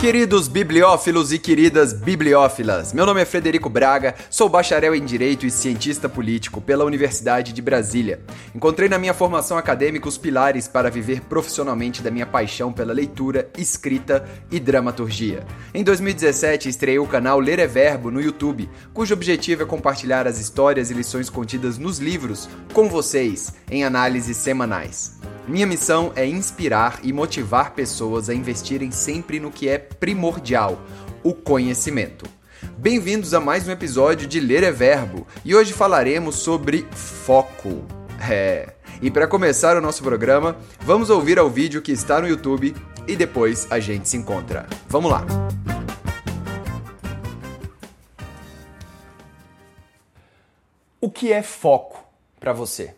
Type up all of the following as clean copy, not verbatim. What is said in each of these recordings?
Queridos bibliófilos e queridas bibliófilas, meu nome é Frederico Braga, sou bacharel em Direito e cientista político pela Universidade de Brasília. Encontrei na minha formação acadêmica os pilares para viver profissionalmente da minha paixão pela leitura, escrita e dramaturgia. Em 2017, estreiei o canal Ler é Verbo no YouTube, cujo objetivo é compartilhar as histórias e lições contidas nos livros com vocês, em análises semanais. Minha missão é inspirar e motivar pessoas a investirem sempre no que é primordial, o conhecimento. Bem-vindos a mais um episódio de Ler é Verbo, e hoje falaremos sobre foco. E para começar o nosso programa, vamos ouvir ao vídeo que está no YouTube e depois a gente se encontra. Vamos lá! O que é foco para você?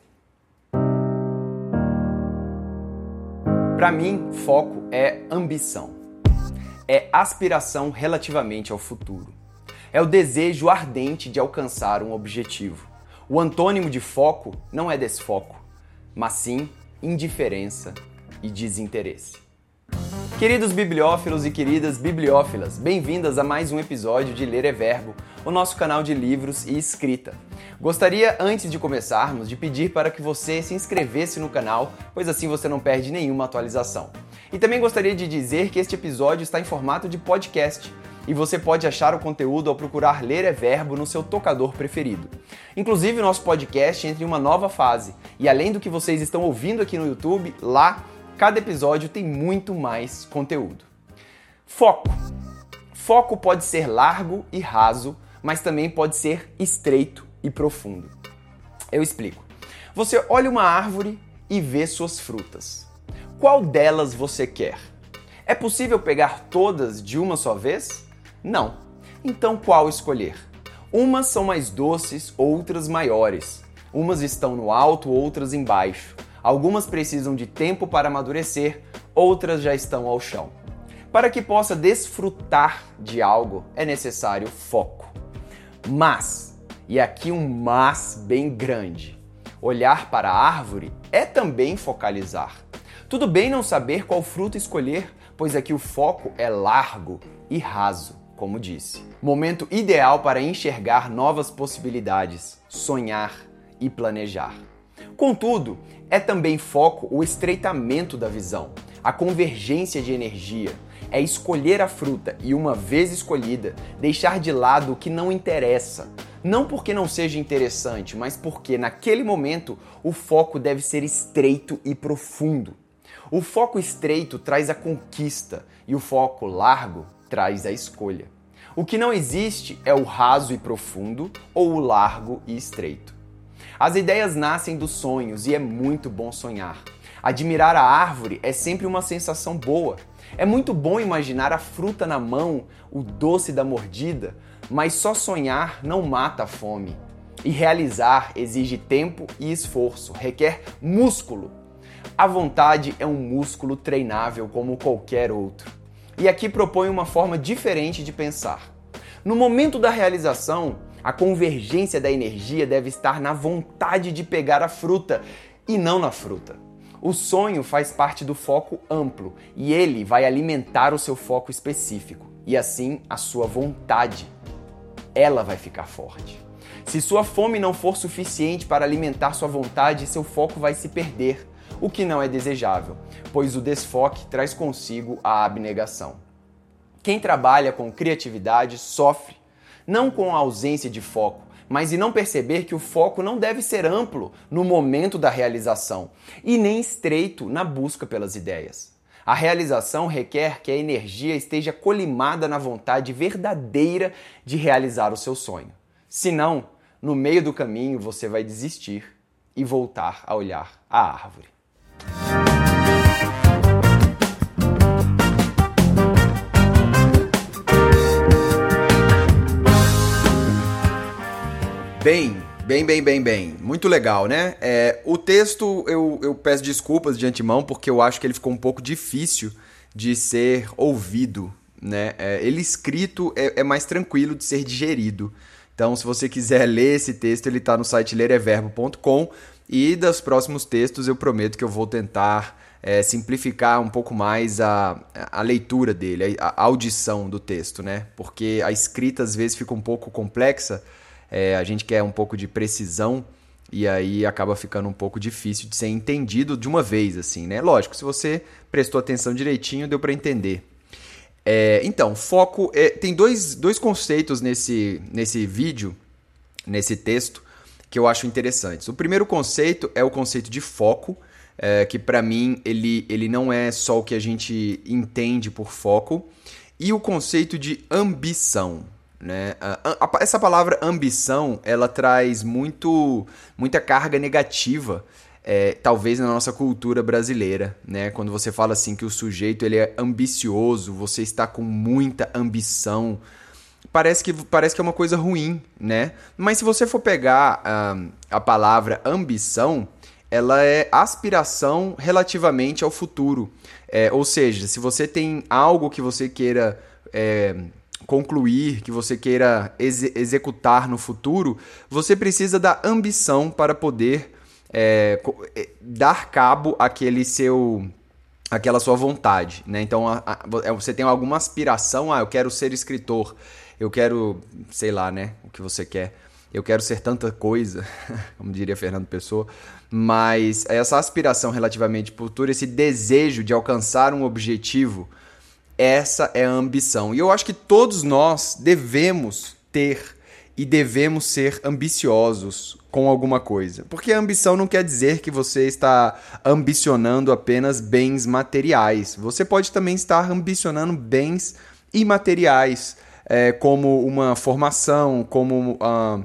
Para mim, foco é ambição. É aspiração relativamente ao futuro. É o desejo ardente de alcançar um objetivo. O antônimo de foco não é desfoco, mas sim indiferença e desinteresse. Queridos bibliófilos e queridas bibliófilas, bem-vindas a mais um episódio de Ler é Verbo, o nosso canal de livros e escrita. Gostaria, antes de começarmos, de pedir para que você se inscrevesse no canal, pois assim você não perde nenhuma atualização. E também gostaria de dizer que este episódio está em formato de podcast, e você pode achar o conteúdo ao procurar Ler é Verbo no seu tocador preferido. Inclusive, o nosso podcast entra em uma nova fase, e além do que vocês estão ouvindo aqui no YouTube, lá, cada episódio tem muito mais conteúdo. Foco. Foco pode ser largo e raso, mas também pode ser estreito e profundo. Eu explico. Você olha uma árvore e vê suas frutas. Qual delas você quer? É possível pegar todas de uma só vez? Não. Então qual escolher? Umas são mais doces, outras maiores. Umas estão no alto, outras embaixo. Algumas precisam de tempo para amadurecer, outras já estão ao chão. Para que possa desfrutar de algo, é necessário foco. Mas, e aqui um mas bem grande, olhar para a árvore é também focalizar. Tudo bem não saber qual fruto escolher, pois aqui o foco é largo e raso, como disse. Momento ideal para enxergar novas possibilidades, sonhar e planejar. Contudo, é também foco o estreitamento da visão, a convergência de energia, é escolher a fruta e, uma vez escolhida, deixar de lado o que não interessa. Não porque não seja interessante, mas porque, naquele momento, o foco deve ser estreito e profundo. O foco estreito traz a conquista e o foco largo traz a escolha. O que não existe é o raso e profundo ou o largo e estreito. As ideias nascem dos sonhos e é muito bom sonhar. Admirar a árvore é sempre uma sensação boa. É muito bom imaginar a fruta na mão, o doce da mordida, mas só sonhar não mata a fome. E realizar exige tempo e esforço, requer músculo. A vontade é um músculo treinável como qualquer outro. E aqui proponho uma forma diferente de pensar. No momento da realização, a convergência da energia deve estar na vontade de pegar a fruta e não na fruta. O sonho faz parte do foco amplo e ele vai alimentar o seu foco específico e assim a sua vontade. Ela vai ficar forte. Se sua fome não for suficiente para alimentar sua vontade, seu foco vai se perder, o que não é desejável, pois o desfoque traz consigo a abnegação. Quem trabalha com criatividade sofre, não com a ausência de foco, mas em não perceber que o foco não deve ser amplo no momento da realização e nem estreito na busca pelas ideias. A realização requer que a energia esteja colimada na vontade verdadeira de realizar o seu sonho. Senão, no meio do caminho você vai desistir e voltar a olhar a árvore. Bem. Muito legal, né? O texto, eu peço desculpas de antemão, porque eu acho que ele ficou um pouco difícil de ser ouvido, né? Ele escrito é mais tranquilo de ser digerido. Então, se você quiser ler esse texto, ele está no site lereverbo.com e dos próximos textos eu prometo que eu vou tentar simplificar um pouco mais a leitura dele, a audição do texto, né? Porque a escrita às vezes fica um pouco complexa, a gente quer um pouco de precisão e aí acaba ficando um pouco difícil de ser entendido de uma vez, assim, né? Lógico, se você prestou atenção direitinho, deu para entender. Então, foco... tem dois conceitos nesse vídeo, nesse texto, que eu acho interessantes. O primeiro conceito é o conceito de foco, que para mim ele não é só o que a gente entende por foco, e o conceito de ambição, né? Essa palavra ambição, ela traz muita carga negativa, talvez na nossa cultura brasileira, né? Quando você fala assim que o sujeito ele é ambicioso, você está com muita ambição, parece que é uma coisa ruim, né? Mas se você for pegar a palavra ambição, ela é aspiração relativamente ao futuro. Ou seja, se você tem algo que você queira concluir, que você queira executar no futuro, você precisa da ambição para poder dar cabo àquela sua vontade, né? Então, você tem alguma aspiração, eu quero ser escritor, eu quero, sei lá, né, o que você quer. Eu quero ser tanta coisa, como diria Fernando Pessoa, mas essa aspiração relativamente futura, esse desejo de alcançar um objetivo, essa é a ambição. E eu acho que todos nós devemos ter e devemos ser ambiciosos com alguma coisa. Porque a ambição não quer dizer que você está ambicionando apenas bens materiais. Você pode também estar ambicionando bens imateriais, como uma formação, como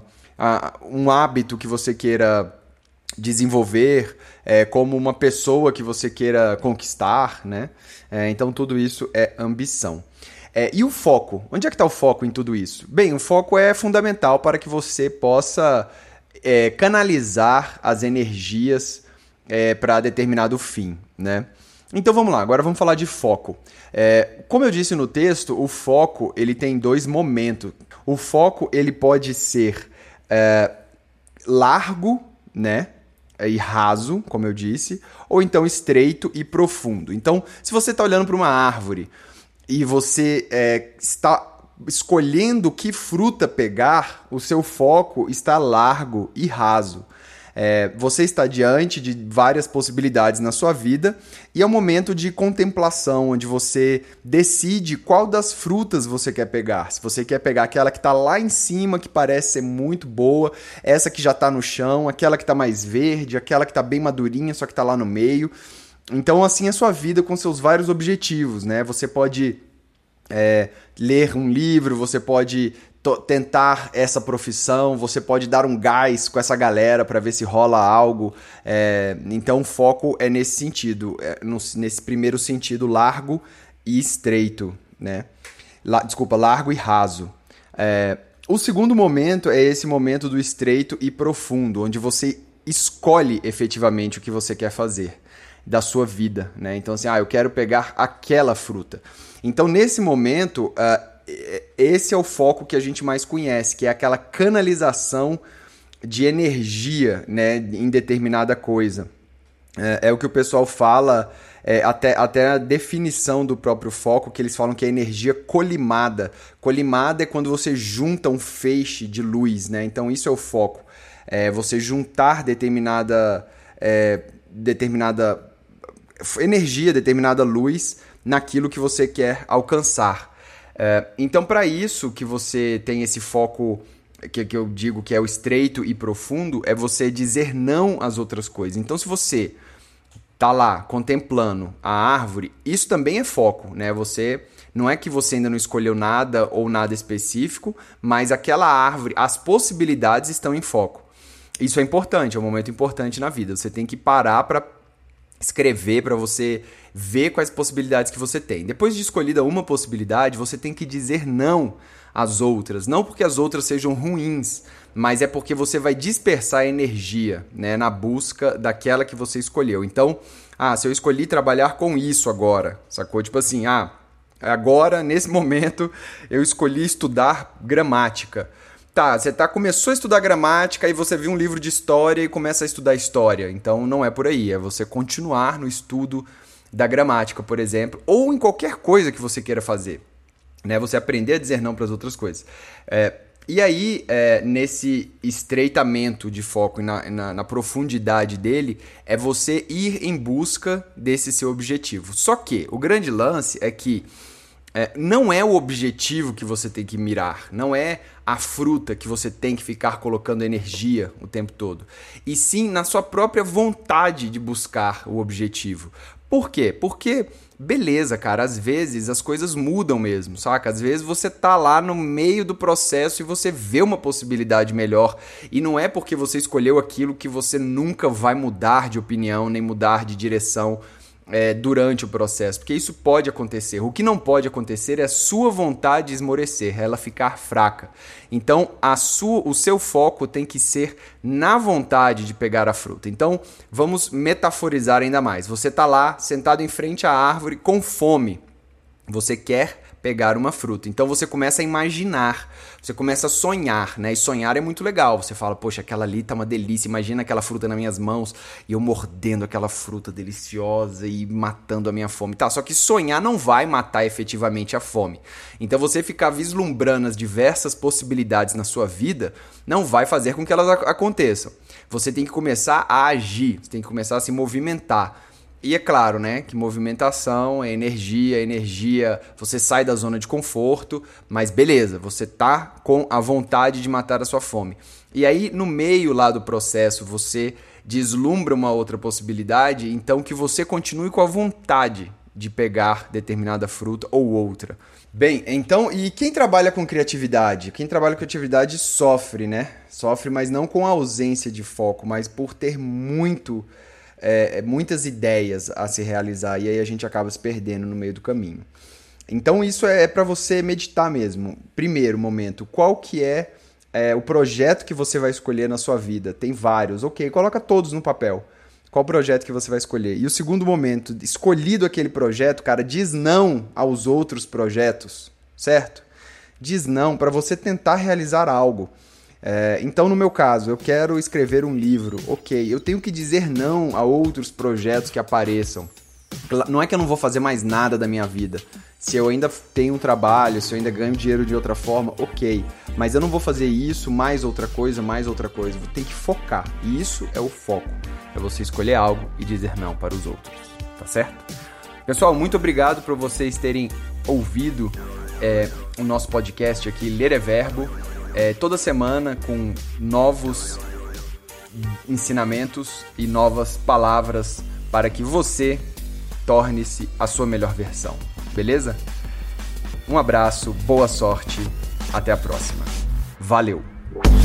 um hábito que você queira desenvolver, como uma pessoa que você queira conquistar, né? Então tudo isso é ambição. E o foco? Onde é que está o foco em tudo isso? Bem, o foco é fundamental para que você possa canalizar as energias para determinado fim, né? Então vamos lá, agora vamos falar de foco. Como eu disse no texto, o foco ele tem dois momentos. O foco ele pode ser largo, né, e raso, como eu disse, ou então estreito e profundo. Então, se você está olhando para uma árvore e você está escolhendo que fruta pegar, o seu foco está largo e raso. Você está diante de várias possibilidades na sua vida e é um momento de contemplação, onde você decide qual das frutas você quer pegar. Se você quer pegar aquela que está lá em cima, que parece ser muito boa, essa que já está no chão, aquela que está mais verde, aquela que está bem madurinha, só que está lá no meio. Então, assim é a sua vida com seus vários objetivos, né? Você pode ler um livro, você pode tentar essa profissão, você pode dar um gás com essa galera para ver se rola algo. Então o foco é nesse sentido, nesse primeiro sentido largo e estreito, né? Largo e raso. O segundo momento é esse momento do estreito e profundo, onde você escolhe efetivamente o que você quer fazer da sua vida, né? Então assim, eu quero pegar aquela fruta. Então nesse momento esse é o foco que a gente mais conhece, que é aquela canalização de energia, né, em determinada coisa. É o que o pessoal fala, até a definição do próprio foco, que eles falam que é energia colimada. Colimada é quando você junta um feixe de luz, né? Então isso é o foco. Você juntar determinada energia, determinada luz naquilo que você quer alcançar. Então, para isso que você tem esse foco, que eu digo que é o estreito e profundo, é você dizer não às outras coisas. Então, se você está lá contemplando a árvore, isso também é foco, né? Não é que você ainda não escolheu nada ou nada específico, mas aquela árvore, as possibilidades estão em foco. Isso é importante, é um momento importante na vida. Você tem que parar para escrever, para você ver quais possibilidades que você tem. Depois de escolhida uma possibilidade, você tem que dizer não às outras. Não porque as outras sejam ruins, mas é porque você vai dispersar energia, né, na busca daquela que você escolheu. Então, se eu escolhi trabalhar com isso agora, sacou? Tipo assim, agora, nesse momento, eu escolhi estudar gramática. Tá, você começou a estudar gramática e você viu um livro de história e começa a estudar história. Então não é por aí, é você continuar no estudo da gramática, por exemplo, ou em qualquer coisa que você queira fazer, né? Você aprender a dizer não para as outras coisas. E aí, nesse estreitamento de foco e na profundidade dele, é você ir em busca desse seu objetivo. Só que o grande lance é que não é o objetivo que você tem que mirar, não é a fruta que você tem que ficar colocando energia o tempo todo, e sim na sua própria vontade de buscar o objetivo. Por quê? Porque, beleza, cara, às vezes as coisas mudam mesmo, saca? Às vezes você tá lá no meio do processo e você vê uma possibilidade melhor, e não é porque você escolheu aquilo que você nunca vai mudar de opinião, nem mudar de direção durante o processo, porque isso pode acontecer. O que não pode acontecer é a sua vontade esmorecer, ela ficar fraca. Então, o seu foco tem que ser na vontade de pegar a fruta. Então, vamos metaforizar ainda mais. Você está lá, sentado em frente à árvore, com fome. Você quer pegar uma fruta. Então você começa a imaginar, você começa a sonhar, né? E sonhar é muito legal. Você fala, poxa, aquela ali tá uma delícia, imagina aquela fruta nas minhas mãos e eu mordendo aquela fruta deliciosa e matando a minha fome. Tá, só que sonhar não vai matar efetivamente a fome. Então você ficar vislumbrando as diversas possibilidades na sua vida não vai fazer com que elas aconteçam. Você tem que começar a agir, você tem que começar a se movimentar. E é claro, né, que movimentação é energia, você sai da zona de conforto, mas beleza, você tá com a vontade de matar a sua fome. E aí, no meio lá do processo, você deslumbra uma outra possibilidade, então que você continue com a vontade de pegar determinada fruta ou outra. Bem, então, e quem trabalha com criatividade? Quem trabalha com criatividade sofre, né? Sofre, mas não com a ausência de foco, mas por ter muitas ideias a se realizar, e aí a gente acaba se perdendo no meio do caminho. Então isso é para você meditar mesmo. Primeiro momento, qual que é o projeto que você vai escolher na sua vida? Tem vários, ok, coloca todos no papel. Qual projeto que você vai escolher? E o segundo momento, escolhido aquele projeto, cara, diz não aos outros projetos, certo? Diz não para você tentar realizar algo. Então, no meu caso, eu quero escrever um livro. Ok, eu tenho que dizer não a outros projetos que apareçam. Não é que eu não vou fazer mais nada da minha vida. Se eu ainda tenho um trabalho, se eu ainda ganho dinheiro de outra forma, ok. Mas eu não vou fazer isso, mais outra coisa. Vou ter que focar. E isso é o foco. É você escolher algo e dizer não para os outros. Tá certo? Pessoal, muito obrigado por vocês terem ouvido o nosso podcast aqui, Ler é Verbo. Toda semana com novos ensinamentos e novas palavras para que você torne-se a sua melhor versão. Beleza? Um abraço, boa sorte, até a próxima. Valeu!